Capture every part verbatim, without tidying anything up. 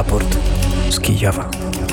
Raport z Kijowa.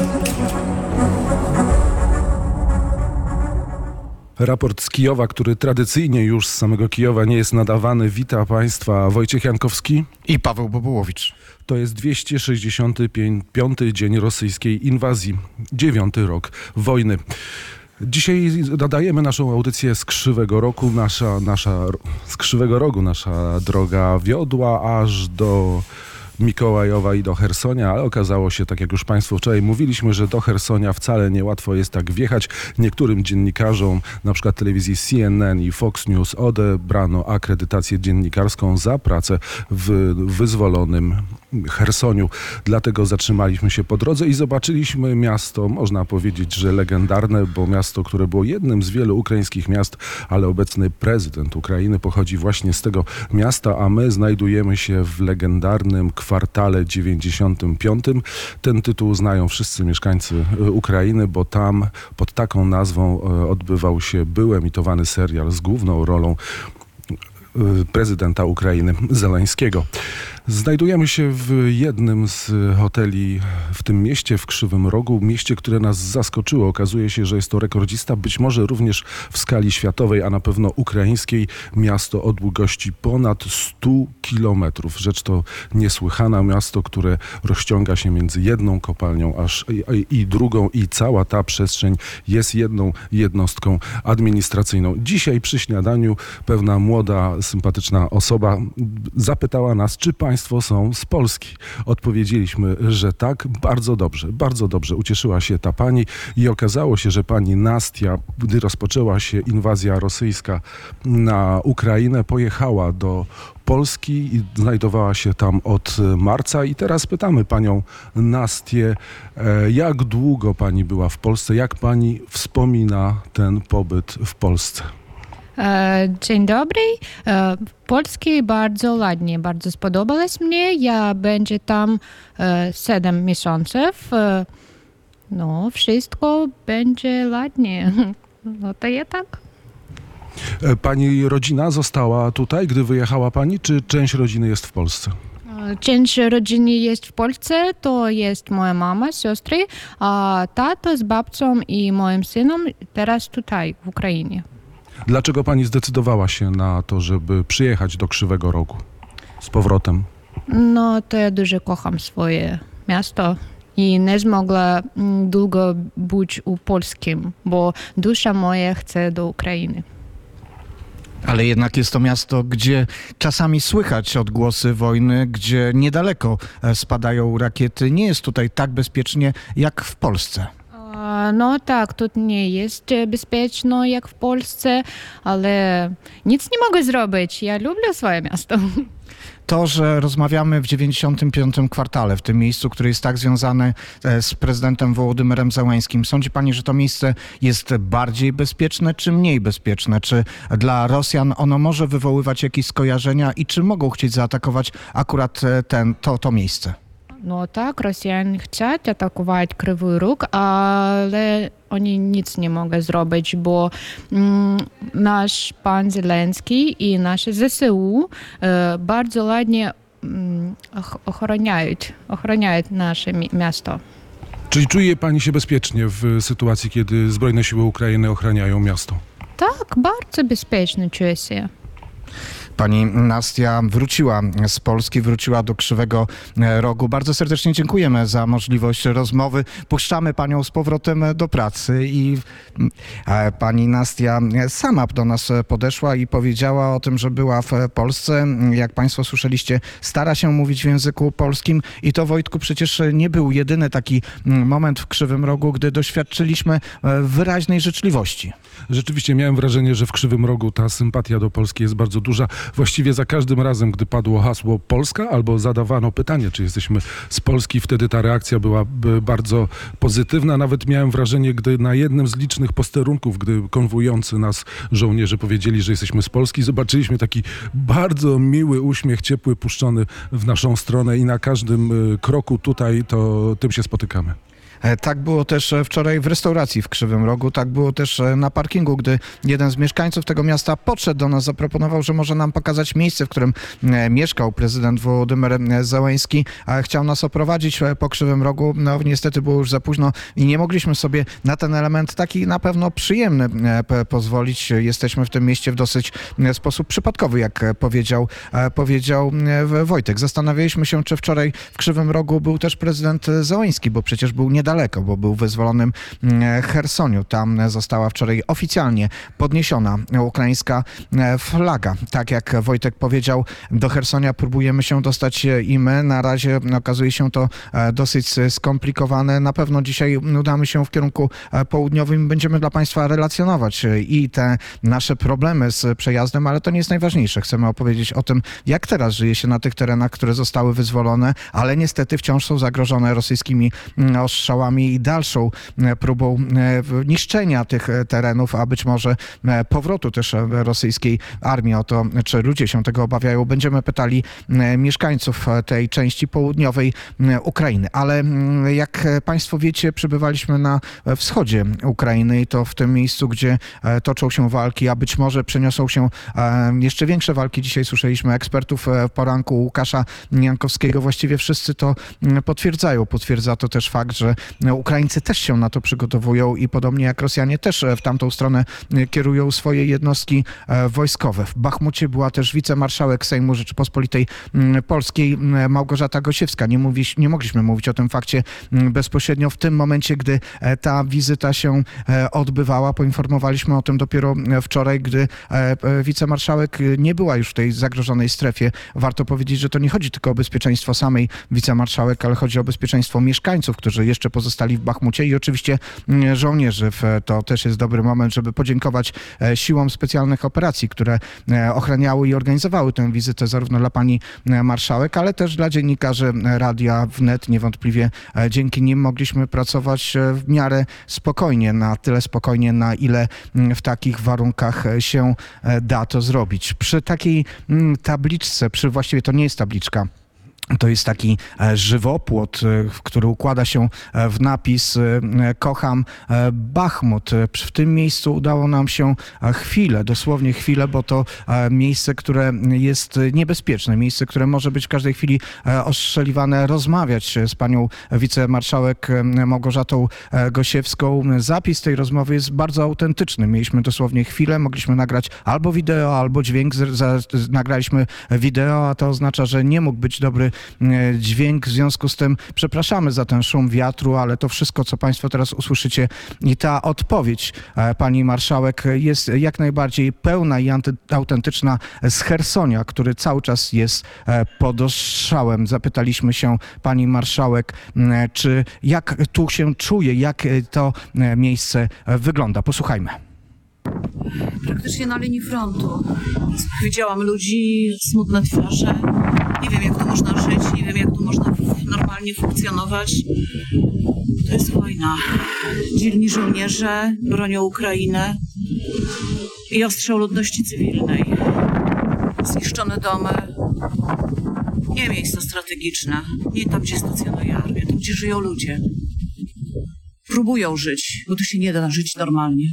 Raport z Kijowa, który tradycyjnie już z samego Kijowa nie jest nadawany. Wita Państwa Wojciech Jankowski i Paweł Bobułowicz. To jest dwieście sześćdziesiąty piąty dzień rosyjskiej inwazji, dziewiąty rok wojny. Dzisiaj nadajemy naszą audycję z Krzywego Rogu. Nasza, nasza, z Krzywego Rogu nasza droga wiodła aż do Mikołajowa i do Chersonia, ale okazało się, tak jak już Państwu wczoraj mówiliśmy, że do Chersonia wcale niełatwo jest tak wjechać. Niektórym dziennikarzom, na przykład telewizji C N N i Fox News, odebrano akredytację dziennikarską za pracę w wyzwolonym Chersoniu. Dlatego zatrzymaliśmy się po drodze i zobaczyliśmy miasto, można powiedzieć, że legendarne, bo miasto, które było jednym z wielu ukraińskich miast, ale obecny prezydent Ukrainy pochodzi właśnie z tego miasta, a my znajdujemy się w legendarnym kwartale dziewięćdziesiątym piątym. Ten tytuł znają wszyscy mieszkańcy Ukrainy, bo tam pod taką nazwą odbywał się, był emitowany serial z główną rolą prezydenta Ukrainy Zeleńskiego. Znajdujemy się w jednym z hoteli w tym mieście, w Krzywym Rogu, mieście, które nas zaskoczyło. Okazuje się, że jest to rekordzista, być może również w skali światowej, a na pewno ukraińskiej. Miasto o długości ponad stu kilometrów. Rzecz to niesłychana. Miasto, które rozciąga się między jedną kopalnią aż i, i drugą i cała ta przestrzeń jest jedną jednostką administracyjną. Dzisiaj przy śniadaniu pewna młoda, sympatyczna osoba zapytała nas, czy Państwo są z Polski. Odpowiedzieliśmy, że tak. Bardzo dobrze, bardzo dobrze. Ucieszyła się ta pani i okazało się, że pani Nastia, gdy rozpoczęła się inwazja rosyjska na Ukrainę, pojechała do Polski i znajdowała się tam od marca. I teraz pytamy panią Nastię, jak długo pani była w Polsce, jak pani wspomina ten pobyt w Polsce? Dzień dobry. W Polsce bardzo ładnie, bardzo spodobało mnie. Ja będzie tam siedem miesięcy. No, wszystko będzie ładnie. No to ja tak. Pani rodzina została tutaj, gdy wyjechała pani, czy część rodziny jest w Polsce? Część rodziny jest w Polsce, to jest moja mama, siostry, a tato z babcią i moim synem teraz tutaj, w Ukrainie. Dlaczego pani zdecydowała się na to, żeby przyjechać do Krzywego Rogu z powrotem? No to ja dużo kocham swoje miasto i nie zmogła długo być u polskim, bo dusza moja chce do Ukrainy. Ale jednak jest to miasto, gdzie czasami słychać odgłosy wojny, gdzie niedaleko spadają rakiety. Nie jest tutaj tak bezpiecznie jak w Polsce. No tak, tu nie jest bezpieczno jak w Polsce, ale nic nie mogę zrobić. Ja lubię swoje miasto. To, że rozmawiamy w dziewięćdziesiątym piątym kwartale, w tym miejscu, które jest tak związane z prezydentem Wołodymyrem Zełańskim, sądzi pani, że to miejsce jest bardziej bezpieczne czy mniej bezpieczne? Czy dla Rosjan ono może wywoływać jakieś skojarzenia i czy mogą chcieć zaatakować akurat ten, to, to miejsce? No tak, Rosjanie chcą atakować Krywy Róg, ale oni nic nie mogą zrobić, bo mm, nasz pan Zelenski i nasze Z S U e, bardzo ładnie mm, ochroniają, ochroniają nasze mi- miasto. Czyli czuje pani się bezpiecznie w sytuacji, kiedy zbrojne siły Ukrainy ochraniają miasto? Tak, bardzo bezpiecznie czuję się. Pani Nastia wróciła z Polski, wróciła do Krzywego Rogu. Bardzo serdecznie dziękujemy za możliwość rozmowy. Puszczamy panią z powrotem do pracy i pani Nastia sama do nas podeszła i powiedziała o tym, że była w Polsce. Jak państwo słyszeliście, stara się mówić w języku polskim i to, Wojtku, przecież nie był jedyny taki moment w Krzywym Rogu, gdy doświadczyliśmy wyraźnej życzliwości. Rzeczywiście miałem wrażenie, że w Krzywym Rogu ta sympatia do Polski jest bardzo duża. Właściwie za każdym razem, gdy padło hasło Polska albo zadawano pytanie, czy jesteśmy z Polski, wtedy ta reakcja była bardzo pozytywna. Nawet miałem wrażenie, gdy na jednym z licznych posterunków, gdy konwujący nas żołnierze powiedzieli, że jesteśmy z Polski, zobaczyliśmy taki bardzo miły uśmiech, ciepły, puszczony w naszą stronę i na każdym kroku tutaj to tym się spotykamy. Tak było też wczoraj w restauracji w Krzywym Rogu, tak było też na parkingu, gdy jeden z mieszkańców tego miasta podszedł do nas, zaproponował, że może nam pokazać miejsce, w którym mieszkał prezydent Wołodymyr Zełenski. Chciał nas oprowadzić po Krzywym Rogu. No niestety było już za późno i nie mogliśmy sobie na ten element taki na pewno przyjemny pozwolić. Jesteśmy w tym mieście w dosyć sposób przypadkowy, jak powiedział, powiedział Wojtek. Zastanawialiśmy się, czy wczoraj w Krzywym Rogu był też prezydent Zełenski, bo przecież był niedaleko, bo był w wyzwolonym Chersoniu. Tam została wczoraj oficjalnie podniesiona ukraińska flaga. Tak jak Wojtek powiedział, do Chersonia próbujemy się dostać i my. Na razie okazuje się to dosyć skomplikowane. Na pewno dzisiaj udamy się w kierunku południowym. Będziemy dla Państwa relacjonować i te nasze problemy z przejazdem, ale to nie jest najważniejsze. Chcemy opowiedzieć o tym, jak teraz żyje się na tych terenach, które zostały wyzwolone, ale niestety wciąż są zagrożone rosyjskimi ostrzałami i dalszą próbą niszczenia tych terenów, a być może powrotu też rosyjskiej armii. O to, czy ludzie się tego obawiają, będziemy pytali mieszkańców tej części południowej Ukrainy. Ale jak Państwo wiecie, przybywaliśmy na wschodzie Ukrainy i to w tym miejscu, gdzie toczą się walki, a być może przeniosą się jeszcze większe walki. Dzisiaj słyszeliśmy ekspertów w poranku Łukasza Jankowskiego. Właściwie wszyscy to potwierdzają. Potwierdza to też fakt, że Ukraińcy też się na to przygotowują i podobnie jak Rosjanie też w tamtą stronę kierują swoje jednostki wojskowe. W Bachmucie była też wicemarszałek Sejmu Rzeczypospolitej Polskiej Małgorzata Gosiewska. Nie, mówi, nie mogliśmy mówić o tym fakcie bezpośrednio w tym momencie, gdy ta wizyta się odbywała. Poinformowaliśmy o tym dopiero wczoraj, gdy wicemarszałek nie była już w tej zagrożonej strefie. Warto powiedzieć, że to nie chodzi tylko o bezpieczeństwo samej wicemarszałek, ale chodzi o bezpieczeństwo mieszkańców, którzy jeszcze pozostali w Bachmucie i oczywiście żołnierzy. To też jest dobry moment, żeby podziękować siłom specjalnych operacji, które ochraniały i organizowały tę wizytę zarówno dla pani marszałek, ale też dla dziennikarzy Radia Wnet. Niewątpliwie dzięki nim mogliśmy pracować w miarę spokojnie, na tyle spokojnie, na ile w takich warunkach się da to zrobić. Przy takiej tabliczce, przy właściwie to nie jest tabliczka, to jest taki żywopłot, który układa się w napis "Kocham Bachmut". W tym miejscu udało nam się chwilę, dosłownie chwilę, bo to miejsce, które jest niebezpieczne, miejsce, które może być w każdej chwili ostrzeliwane, rozmawiać z panią wicemarszałek Małgorzatą Gosiewską. Zapis tej rozmowy jest bardzo autentyczny. Mieliśmy dosłownie chwilę, mogliśmy nagrać albo wideo, albo dźwięk. Nagraliśmy wideo, a to oznacza, że nie mógł być dobry dźwięk. W związku z tym przepraszamy za ten szum wiatru, ale to wszystko, co Państwo teraz usłyszycie i ta odpowiedź pani marszałek jest jak najbardziej pełna i autentyczna z Chersonia, który cały czas jest pod ostrzałem. Zapytaliśmy się pani marszałek, czy jak tu się czuje, jak to miejsce wygląda. Posłuchajmy. Praktycznie na linii frontu. Widziałam ludzi, smutne twarze. Nie wiem, jak tu można żyć, nie wiem, jak tu można normalnie funkcjonować. To jest wojna. Dzielni żołnierze bronią Ukrainę i ostrzał ludności cywilnej. Zniszczone domy. Nie miejsca strategiczne. Nie tam, gdzie stacjonuje armia. Tam, gdzie żyją ludzie. Próbują żyć, bo tu się nie da żyć normalnie.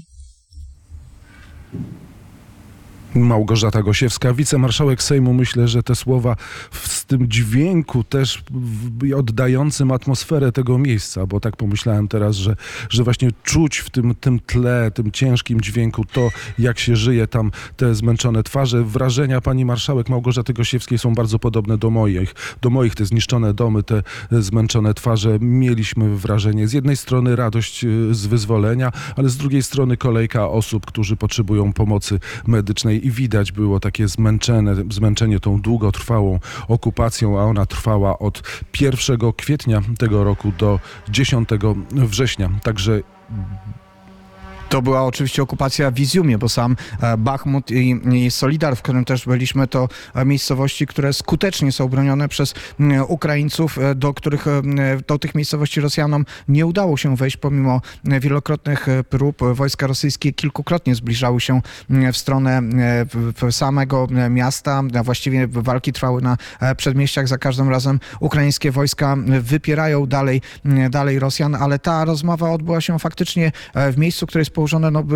Małgorzata Gosiewska, wicemarszałek Sejmu. Myślę, że te słowa w tym dźwięku też oddającym atmosferę tego miejsca, bo tak pomyślałem teraz, że, że właśnie czuć w tym, tym tle, tym ciężkim dźwięku to, jak się żyje tam, te zmęczone twarze. Wrażenia pani marszałek Małgorzaty Gosiewskiej są bardzo podobne do moich. Do moich te zniszczone domy, te zmęczone twarze. Mieliśmy wrażenie z jednej strony radość z wyzwolenia, ale z drugiej strony kolejka osób, którzy potrzebują pomocy medycznej i widać było takie zmęczone, zmęczenie tą długotrwałą okupacją, a ona trwała od pierwszego kwietnia tego roku do dziesiątego września. Także To była oczywiście okupacja w Iziumie, bo sam e, Bachmut i, i Solidar, w którym też byliśmy, to e, miejscowości, które skutecznie są bronione przez e, Ukraińców, e, do których e, do tych miejscowości Rosjanom nie udało się wejść, pomimo e, wielokrotnych e, prób. Wojska rosyjskie kilkukrotnie zbliżały się e, w stronę e, w, w samego e, miasta. A właściwie walki trwały na e, przedmieściach. Za każdym razem ukraińskie wojska wypierają dalej, e, dalej Rosjan, ale ta rozmowa odbyła się faktycznie e, w miejscu, które jest położone no,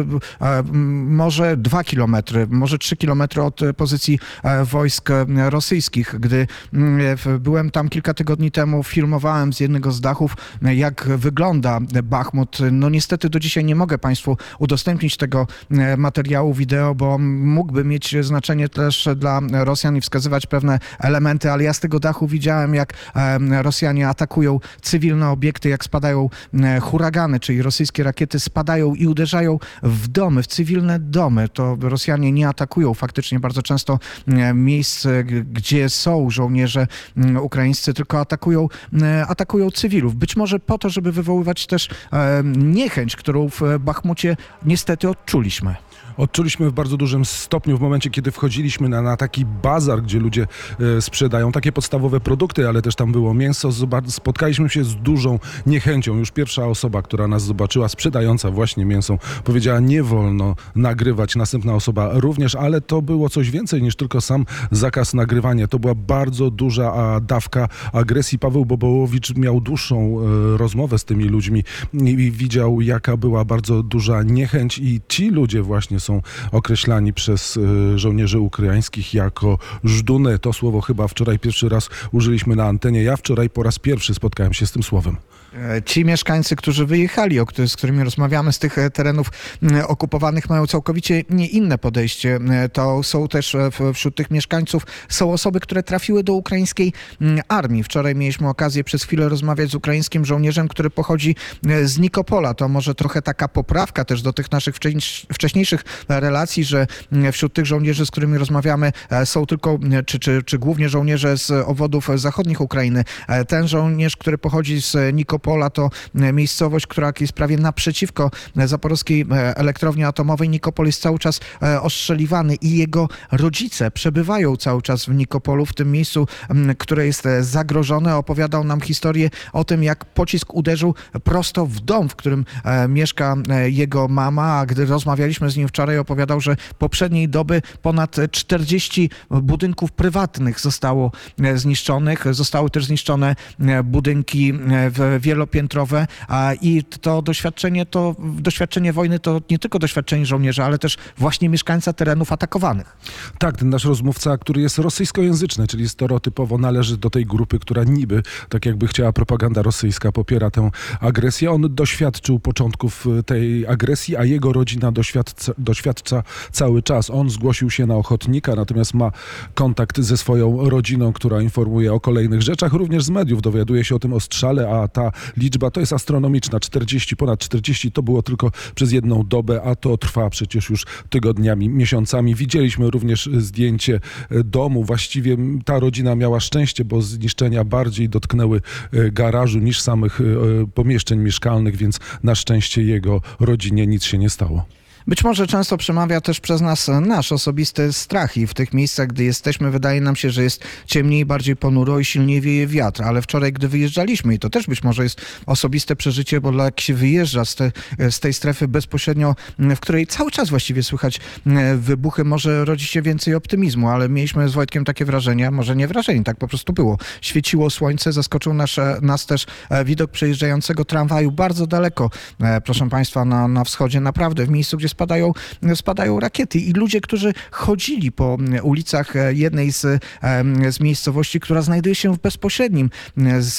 może dwa kilometry, może trzy kilometry od pozycji wojsk rosyjskich. Gdy byłem tam kilka tygodni temu, filmowałem z jednego z dachów, jak wygląda Bachmut. No niestety do dzisiaj nie mogę Państwu udostępnić tego materiału wideo, bo mógłby mieć znaczenie też dla Rosjan i wskazywać pewne elementy, ale ja z tego dachu widziałem, jak Rosjanie atakują cywilne obiekty, jak spadają huragany, czyli rosyjskie rakiety spadają i uderzają w domy, w cywilne domy. To Rosjanie nie atakują faktycznie bardzo często miejsc, gdzie są żołnierze ukraińscy, tylko atakują, atakują cywilów. Być może po to, żeby wywoływać też niechęć, którą w Bachmucie niestety odczuliśmy. Odczuliśmy w bardzo dużym stopniu w momencie, kiedy wchodziliśmy na, na taki bazar, gdzie ludzie e, sprzedają takie podstawowe produkty, ale też tam było mięso. Zobac- spotkaliśmy się z dużą niechęcią. Już pierwsza osoba, która nas zobaczyła, sprzedająca właśnie mięso, powiedziała, nie wolno nagrywać. Następna osoba również, ale to było coś więcej niż tylko sam zakaz nagrywania. To była bardzo duża a, dawka agresji. Paweł Bobołowicz miał dłuższą e, rozmowę z tymi ludźmi i, i widział, jaka była bardzo duża niechęć i ci ludzie właśnie są określani przez y, żołnierzy ukraińskich jako żduny. To słowo chyba wczoraj pierwszy raz użyliśmy na antenie. Ja wczoraj po raz pierwszy spotkałem się z tym słowem. Ci mieszkańcy, którzy wyjechali, o których, z którymi rozmawiamy z tych terenów okupowanych, mają całkowicie nie inne podejście. To są też wśród tych mieszkańców są osoby, które trafiły do ukraińskiej armii. Wczoraj mieliśmy okazję przez chwilę rozmawiać z ukraińskim żołnierzem, który pochodzi z Nikopola. To może trochę taka poprawka też do tych naszych wcześniejszych relacji, że wśród tych żołnierzy, z którymi rozmawiamy, są tylko, czy, czy, czy głównie żołnierze z obwodów zachodnich Ukrainy. Ten żołnierz, który pochodzi z Nikopola, Pola to miejscowość, która jest prawie naprzeciwko zaporowskiej elektrowni atomowej. Nikopol jest cały czas ostrzeliwany i jego rodzice przebywają cały czas w Nikopolu, w tym miejscu, które jest zagrożone. Opowiadał nam historię o tym, jak pocisk uderzył prosto w dom, w którym mieszka jego mama, a gdy rozmawialiśmy z nim wczoraj, opowiadał, że poprzedniej doby ponad czterdzieści budynków prywatnych zostało zniszczonych. Zostały też zniszczone budynki w wielopiętrowe, a i to doświadczenie, to doświadczenie wojny to nie tylko doświadczenie żołnierza, ale też właśnie mieszkańca terenów atakowanych. Tak, ten nasz rozmówca, który jest rosyjskojęzyczny, czyli stereotypowo należy do tej grupy, która niby, tak jakby chciała propaganda rosyjska, popiera tę agresję. On doświadczył początków tej agresji, a jego rodzina doświadcza, doświadcza cały czas. On zgłosił się na ochotnika, natomiast ma kontakt ze swoją rodziną, która informuje o kolejnych rzeczach. Również z mediów dowiaduje się o tym ostrzale, a ta liczba to jest astronomiczna. czterdzieści, ponad czterdzieści to było tylko przez jedną dobę, a to trwa przecież już tygodniami, miesiącami. Widzieliśmy również zdjęcie domu. Właściwie ta rodzina miała szczęście, bo zniszczenia bardziej dotknęły garażu niż samych pomieszczeń mieszkalnych, więc na szczęście jego rodzinie nic się nie stało. Być może często przemawia też przez nas nasz osobisty strach i w tych miejscach, gdy jesteśmy, wydaje nam się, że jest ciemniej, bardziej ponuro i silniej wieje wiatr. Ale wczoraj, gdy wyjeżdżaliśmy, i to też być może jest osobiste przeżycie, bo jak się wyjeżdża z, te, z tej strefy bezpośrednio, w której cały czas właściwie słychać wybuchy, może rodzi się więcej optymizmu, ale mieliśmy z Wojtkiem takie wrażenie, może nie wrażenie, tak po prostu było. Świeciło słońce, zaskoczył nas, nas też widok przejeżdżającego tramwaju bardzo daleko, proszę Państwa, na, na wschodzie, naprawdę w miejscu, gdzie Spadają, spadają rakiety i ludzie, którzy chodzili po ulicach jednej z, z miejscowości, która znajduje się w bezpośrednim, z,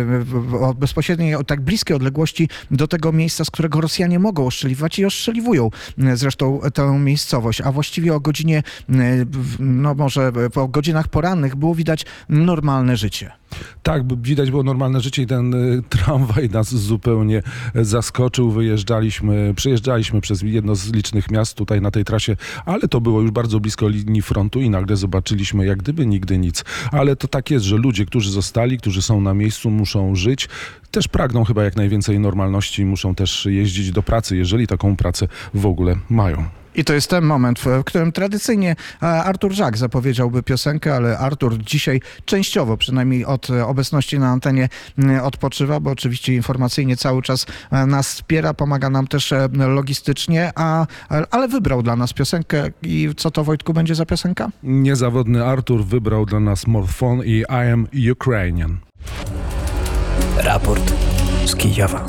w bezpośredniej, tak bliskiej odległości do tego miejsca, z którego Rosjanie mogą ostrzeliwać i ostrzeliwują zresztą tę miejscowość, a właściwie o godzinie, no może po godzinach porannych było widać normalne życie. Tak, bo widać było normalne życie i ten y, tramwaj nas zupełnie zaskoczył. Wyjeżdżaliśmy, przejeżdżaliśmy przez jedno z licznych miast tutaj na tej trasie, ale to było już bardzo blisko linii frontu i nagle zobaczyliśmy jak gdyby nigdy nic. Ale to tak jest, że ludzie, którzy zostali, którzy są na miejscu, muszą żyć. Też pragną chyba jak najwięcej normalności, muszą też jeździć do pracy, jeżeli taką pracę w ogóle mają. I to jest ten moment, w którym tradycyjnie Artur Żak zapowiedziałby piosenkę, ale Artur dzisiaj częściowo, przynajmniej od obecności na antenie, odpoczywa, bo oczywiście informacyjnie cały czas nas wspiera, pomaga nam też logistycznie, a, ale wybrał dla nas piosenkę. I co to, Wojtku, będzie za piosenka? Niezawodny Artur wybrał dla nas Morphone i I Am Ukrainian. Raport z Kijowa.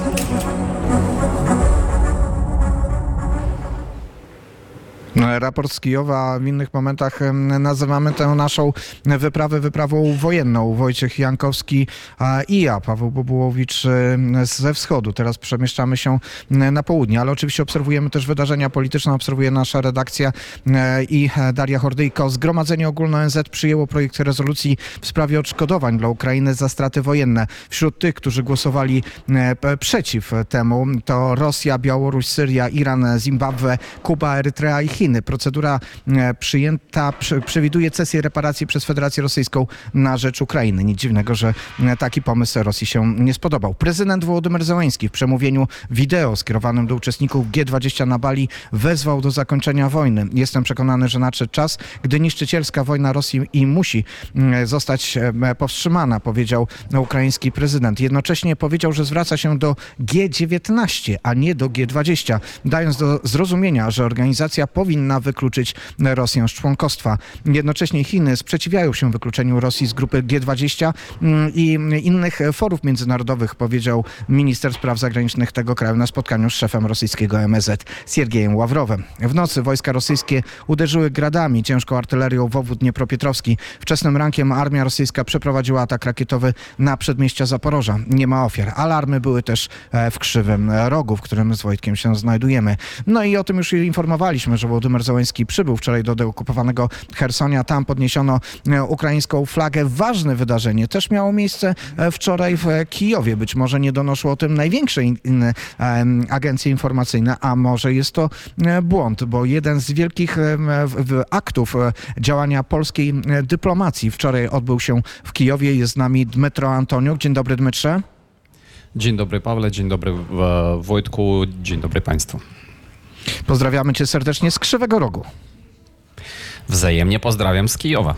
Raport z Kijowa. W innych momentach nazywamy tę naszą wyprawę wyprawą wojenną. Wojciech Jankowski i ja, Paweł Bobułowicz ze wschodu. Teraz przemieszczamy się na południe, ale oczywiście obserwujemy też wydarzenia polityczne, obserwuje nasza redakcja i Daria Hordyjko. Zgromadzenie Ogólne O N Z przyjęło projekt rezolucji w sprawie odszkodowań dla Ukrainy za straty wojenne. Wśród tych, którzy głosowali przeciw temu, to Rosja, Białoruś, Syria, Iran, Zimbabwe, Kuba, Erytrea i Chiny. Procedura przyjęta przewiduje cesję reparacji przez Federację Rosyjską na rzecz Ukrainy. Nic dziwnego, że taki pomysł Rosji się nie spodobał. Prezydent Wołodymyr Zełenski w przemówieniu wideo skierowanym do uczestników G dwadzieścia na Bali wezwał do zakończenia wojny. Jestem przekonany, że nadszedł czas, gdy niszczycielska wojna Rosji i musi zostać powstrzymana, powiedział ukraiński prezydent. Jednocześnie powiedział, że zwraca się do G dziewiętnaście, a nie do G dwadzieścia, dając do zrozumienia, że organizacja powinna wykluczyć Rosję z członkostwa. Jednocześnie Chiny sprzeciwiają się wykluczeniu Rosji z grupy G dwadzieścia i innych forów międzynarodowych, powiedział minister spraw zagranicznych tego kraju na spotkaniu z szefem rosyjskiego M S Z Siergiejem Ławrowem. W nocy wojska rosyjskie uderzyły gradami, ciężką artylerią w obwód Dniepropietrowski. Wczesnym rankiem armia rosyjska przeprowadziła atak rakietowy na przedmieścia Zaporoża. Nie ma ofiar. Alarmy były też w Krzywym Rogu, w którym z Wojtkiem się znajdujemy. No i o tym już informowaliśmy, że Wołodymyr Zełenski przybył wczoraj do deokupowanego Chersonia. Tam podniesiono ukraińską flagę. Ważne wydarzenie też miało miejsce wczoraj w Kijowie. Być może nie donoszą o tym największe in, in, um, agencje informacyjne, a może jest to błąd, bo jeden z wielkich w, w aktów działania polskiej dyplomacji wczoraj odbył się w Kijowie. Jest z nami Dmytro Antoniuk. Dzień dobry, Dmytrze. Dzień dobry, Pawle. Dzień dobry, Wojtku. Dzień dobry Państwu. Pozdrawiamy Cię serdecznie z Krzywego Rogu. Wzajemnie pozdrawiam z Kijowa.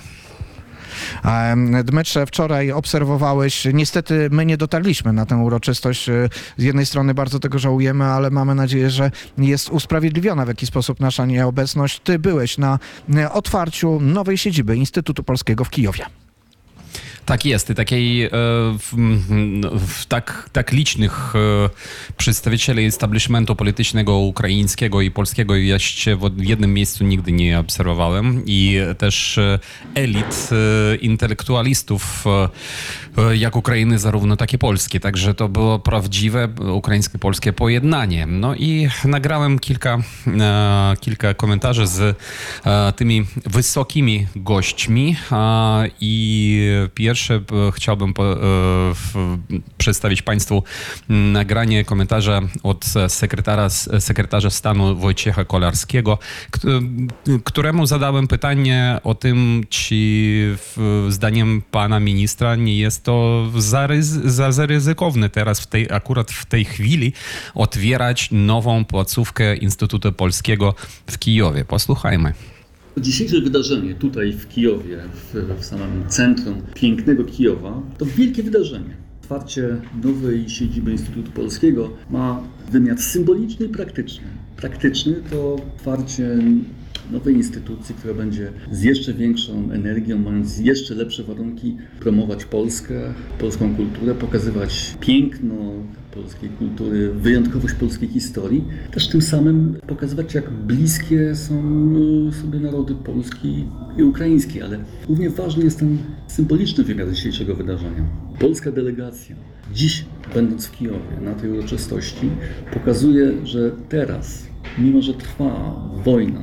Dmytrze, wczoraj obserwowałeś, niestety my nie dotarliśmy na tę uroczystość. Z jednej strony bardzo tego żałujemy, ale mamy nadzieję, że jest usprawiedliwiona w jakiś sposób nasza nieobecność. Ty byłeś na otwarciu nowej siedziby Instytutu Polskiego w Kijowie. Tak jest i takiej e, w, w tak, tak licznych e, przedstawicieli establishmentu politycznego ukraińskiego i polskiego jeszcze w jednym miejscu nigdy nie obserwowałem i też e, elit e, intelektualistów e, jak Ukrainy, zarówno tak i polskie. Także to było prawdziwe ukraińskie-polskie pojednanie. No i nagrałem kilka, e, kilka komentarzy z e, tymi wysokimi gośćmi e, i pierwszy Pierwsze chciałbym po, e, w, przedstawić Państwu nagranie komentarza od sekretarza, sekretarza stanu Wojciecha Kolarskiego, k, któremu zadałem pytanie o tym, czy w, zdaniem pana ministra nie jest to za, za, za ryzykowne teraz w tej, akurat w tej chwili otwierać nową placówkę Instytutu Polskiego w Kijowie. Posłuchajmy. Dzisiejsze wydarzenie tutaj w Kijowie, w, w samym centrum pięknego Kijowa, to wielkie wydarzenie. Otwarcie nowej siedziby Instytutu Polskiego ma wymiar symboliczny i praktyczny. Praktyczny to otwarcie nowej instytucji, która będzie z jeszcze większą energią, mając jeszcze lepsze warunki, promować Polskę, polską kulturę, pokazywać piękno polskiej kultury, wyjątkowość polskiej historii. Też tym samym pokazywać, jak bliskie są sobie narody polski i ukraiński, ale równie ważny jest ten symboliczny wymiar dzisiejszego wydarzenia. Polska delegacja, dziś będąc w Kijowie na tej uroczystości, pokazuje, że teraz, mimo że trwa wojna,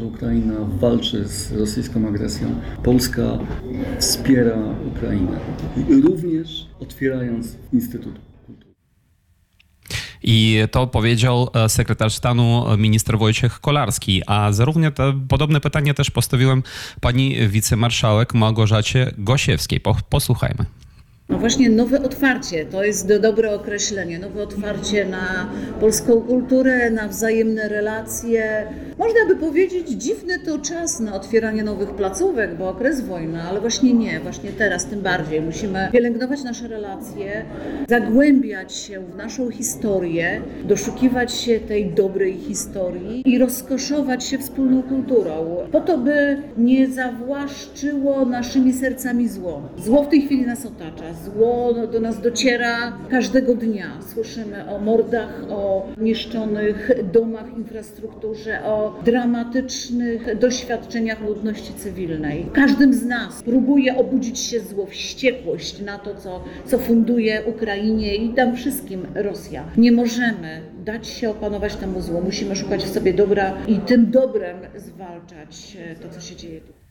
że Ukraina walczy z rosyjską agresją. Polska wspiera Ukrainę, również otwierając Instytut Kultury. I to powiedział sekretarz stanu minister Wojciech Kolarski. A zarówno to podobne pytanie też postawiłem pani wicemarszałek Małgorzacie Gosiewskiej. Po, posłuchajmy. No właśnie nowe otwarcie, to jest do, dobre określenie, nowe otwarcie na polską kulturę, na wzajemne relacje. Można by powiedzieć, dziwny to czas na otwieranie nowych placówek, bo okres wojny, ale właśnie nie, właśnie teraz tym bardziej. Musimy pielęgnować nasze relacje, zagłębiać się w naszą historię, doszukiwać się tej dobrej historii i rozkoszować się wspólną kulturą, po to, by nie zawłaszczyło naszymi sercami zło. Zło w tej chwili nas otacza. Zło do nas dociera każdego dnia. Słyszymy o mordach, o niszczonych domach, infrastrukturze, o dramatycznych doświadczeniach ludności cywilnej. Każdym z nas próbuje obudzić się zło, wściekłość na to, co, co funduje Ukrainie i tam wszystkim Rosja. Nie możemy dać się opanować temu złu. Musimy szukać w sobie dobra i tym dobrem zwalczać to, co się dzieje tu.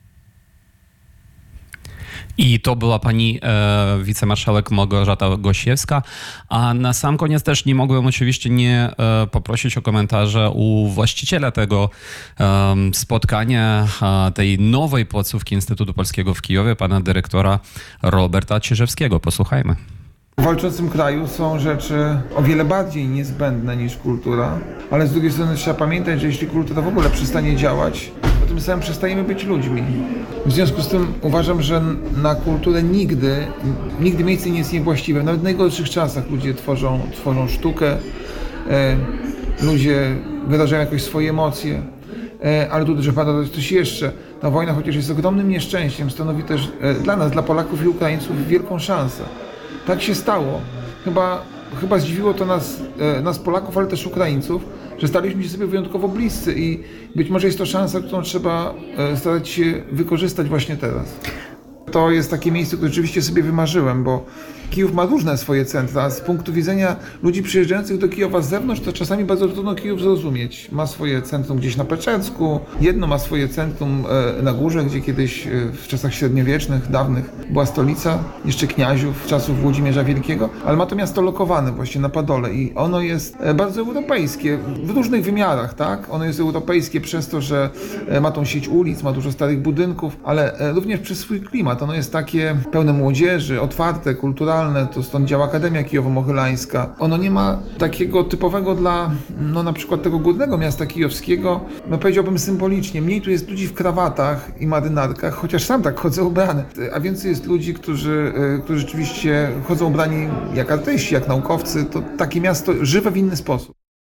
I to była pani e, wicemarszałek Małgorzata Gosiewska. A na sam koniec też nie mogłem oczywiście nie e, poprosić o komentarze u właściciela tego e, spotkania, e, tej nowej placówki Instytutu Polskiego w Kijowie, pana dyrektora Roberta Czyżewskiego. Posłuchajmy. W walczącym kraju są rzeczy o wiele bardziej niezbędne niż kultura, ale z drugiej strony trzeba pamiętać, że jeśli kultura w ogóle przestanie działać, to tym samym przestajemy być ludźmi. W związku z tym uważam, że na kulturę nigdy, nigdy miejsce nie jest niewłaściwe. Nawet w najgorszych czasach ludzie tworzą, tworzą sztukę, e, ludzie wyrażają jakoś swoje emocje, e, ale tu trzeba dodać coś jeszcze. Ta wojna, chociaż jest ogromnym nieszczęściem, stanowi też e, dla nas, dla Polaków i Ukraińców wielką szansę. Tak się stało. Chyba, chyba zdziwiło to nas, e, nas Polaków, ale też Ukraińców, że staliśmy się sobie wyjątkowo bliscy i być może jest to szansa, którą trzeba e, starać się wykorzystać właśnie teraz. To jest takie miejsce, które rzeczywiście sobie wymarzyłem, bo Kijów ma różne swoje centra. Z punktu widzenia ludzi przyjeżdżających do Kijowa z zewnątrz, to czasami bardzo trudno Kijów zrozumieć. Ma swoje centrum gdzieś na Peczercku, jedno ma swoje centrum na górze, gdzie kiedyś w czasach średniowiecznych, dawnych była stolica jeszcze kniaziów, czasów Włodzimierza Wielkiego, ale ma to miasto lokowane właśnie na Padole i ono jest bardzo europejskie w różnych wymiarach, tak? Ono jest europejskie przez to, że ma tą sieć ulic, ma dużo starych budynków, ale również przez swój klimat. Ono jest takie pełne młodzieży, otwarte, kulturalne. To stąd działa Akademia Kijowo-Mohylańska. Ono nie ma takiego typowego dla, no na przykład tego górnego miasta kijowskiego, no powiedziałbym symbolicznie. Mniej tu jest ludzi w krawatach i marynarkach, chociaż sam tak chodzę ubrany. A więcej jest ludzi, którzy, którzy rzeczywiście chodzą ubrani jak artyści, jak naukowcy. To takie miasto żywe w inny sposób.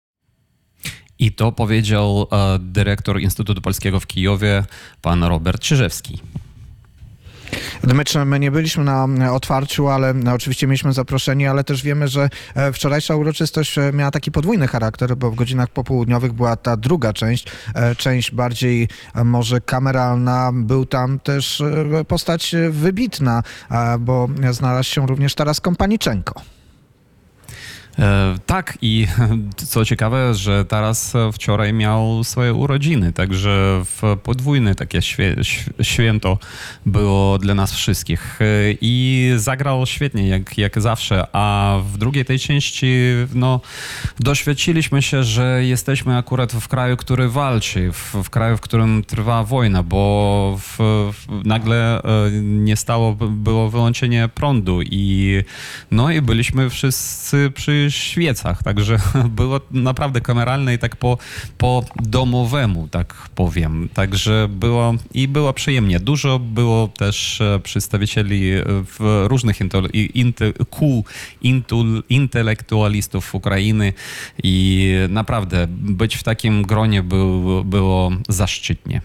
I to powiedział e, dyrektor Instytutu Polskiego w Kijowie, pan Robert Czyżewski. Dmytrze, my nie byliśmy na otwarciu, ale oczywiście mieliśmy zaproszenie, ale też wiemy, że wczorajsza uroczystość miała taki podwójny charakter, bo w godzinach popołudniowych była ta druga część, część bardziej może kameralna. Był tam też postać wybitna, bo znalazł się również Taras Kompaniczenko. E, tak i co ciekawe, że Taras wczoraj miał swoje urodziny, także w podwójne takie świe, święto było dla nas wszystkich e, i zagrał świetnie jak, jak zawsze, a w drugiej tej części no, doświadczyliśmy się, że jesteśmy akurat w kraju, który walczy, w, w kraju, w którym trwa wojna, bo w, w, nagle e, nie stało, było wyłączenie prądu i no i byliśmy wszyscy przy świecach, także było naprawdę kameralne i tak po, po domowemu, tak powiem. Także było i było przyjemnie. Dużo było też przedstawicieli w różnych intel, inte, kół intul, intelektualistów Ukrainy i naprawdę być w takim gronie był, było zaszczytnie.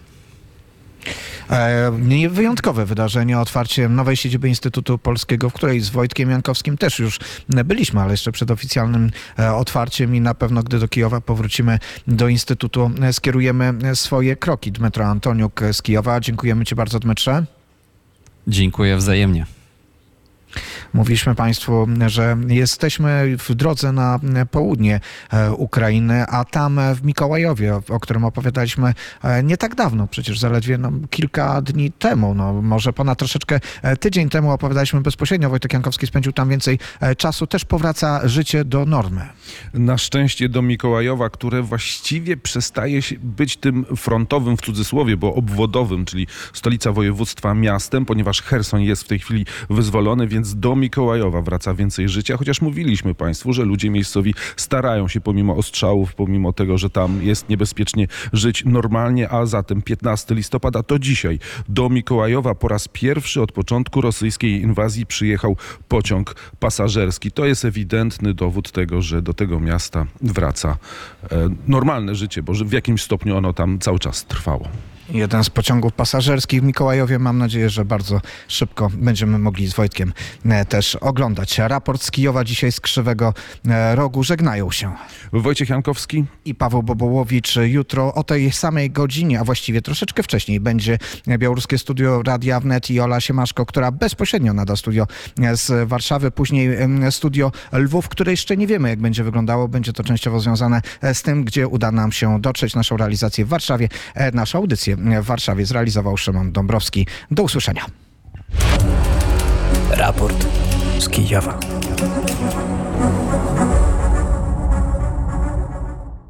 Wyjątkowe wydarzenie, otwarcie nowej siedziby Instytutu Polskiego, w której z Wojtkiem Jankowskim też już byliśmy, ale jeszcze przed oficjalnym otwarciem i na pewno, gdy do Kijowa powrócimy do Instytutu, skierujemy swoje kroki. Dmytro Antoniuk z Kijowa. Dziękujemy Ci bardzo, Dmytrze. Dziękuję wzajemnie. Mówiliśmy Państwu, że jesteśmy w drodze na południe Ukrainy, a tam w Mikołajowie, o którym opowiadaliśmy nie tak dawno, przecież zaledwie no, kilka dni temu, no, może ponad troszeczkę tydzień temu opowiadaliśmy bezpośrednio. Wojtek Jankowski spędził tam więcej czasu. Też powraca życie do normy. Na szczęście do Mikołajowa, które właściwie przestaje się być tym frontowym w cudzysłowie, bo obwodowym, czyli stolica województwa miastem, ponieważ Cherson jest w tej chwili wyzwolony, więc do Mikołajowa wraca więcej życia, chociaż mówiliśmy Państwu, że ludzie miejscowi starają się pomimo ostrzałów, pomimo tego, że tam jest niebezpiecznie żyć normalnie, a zatem piętnastego listopada to dzisiaj do Mikołajowa po raz pierwszy od początku rosyjskiej inwazji przyjechał pociąg pasażerski. To jest ewidentny dowód tego, że do tego miasta wraca e, normalne życie, bo w jakimś stopniu ono tam cały czas trwało. Jeden z pociągów pasażerskich w Mikołajowie. Mam nadzieję, że bardzo szybko będziemy mogli z Wojtkiem też oglądać. Raport z Kijowa dzisiaj z Krzywego Rogu. Żegnają się Wojciech Jankowski i Paweł Bobołowicz. Jutro o tej samej godzinie, a właściwie troszeczkę wcześniej, będzie białoruskie studio Radia Wnet i Ola Siemaszko, która bezpośrednio nada studio z Warszawy. Później studio Lwów, które jeszcze nie wiemy, jak będzie wyglądało. Będzie to częściowo związane z tym, gdzie uda nam się dotrzeć. Naszą realizację w Warszawie, naszą audycję w Warszawie zrealizował Szymon Dąbrowski. Do usłyszenia. Raport z Kijowa.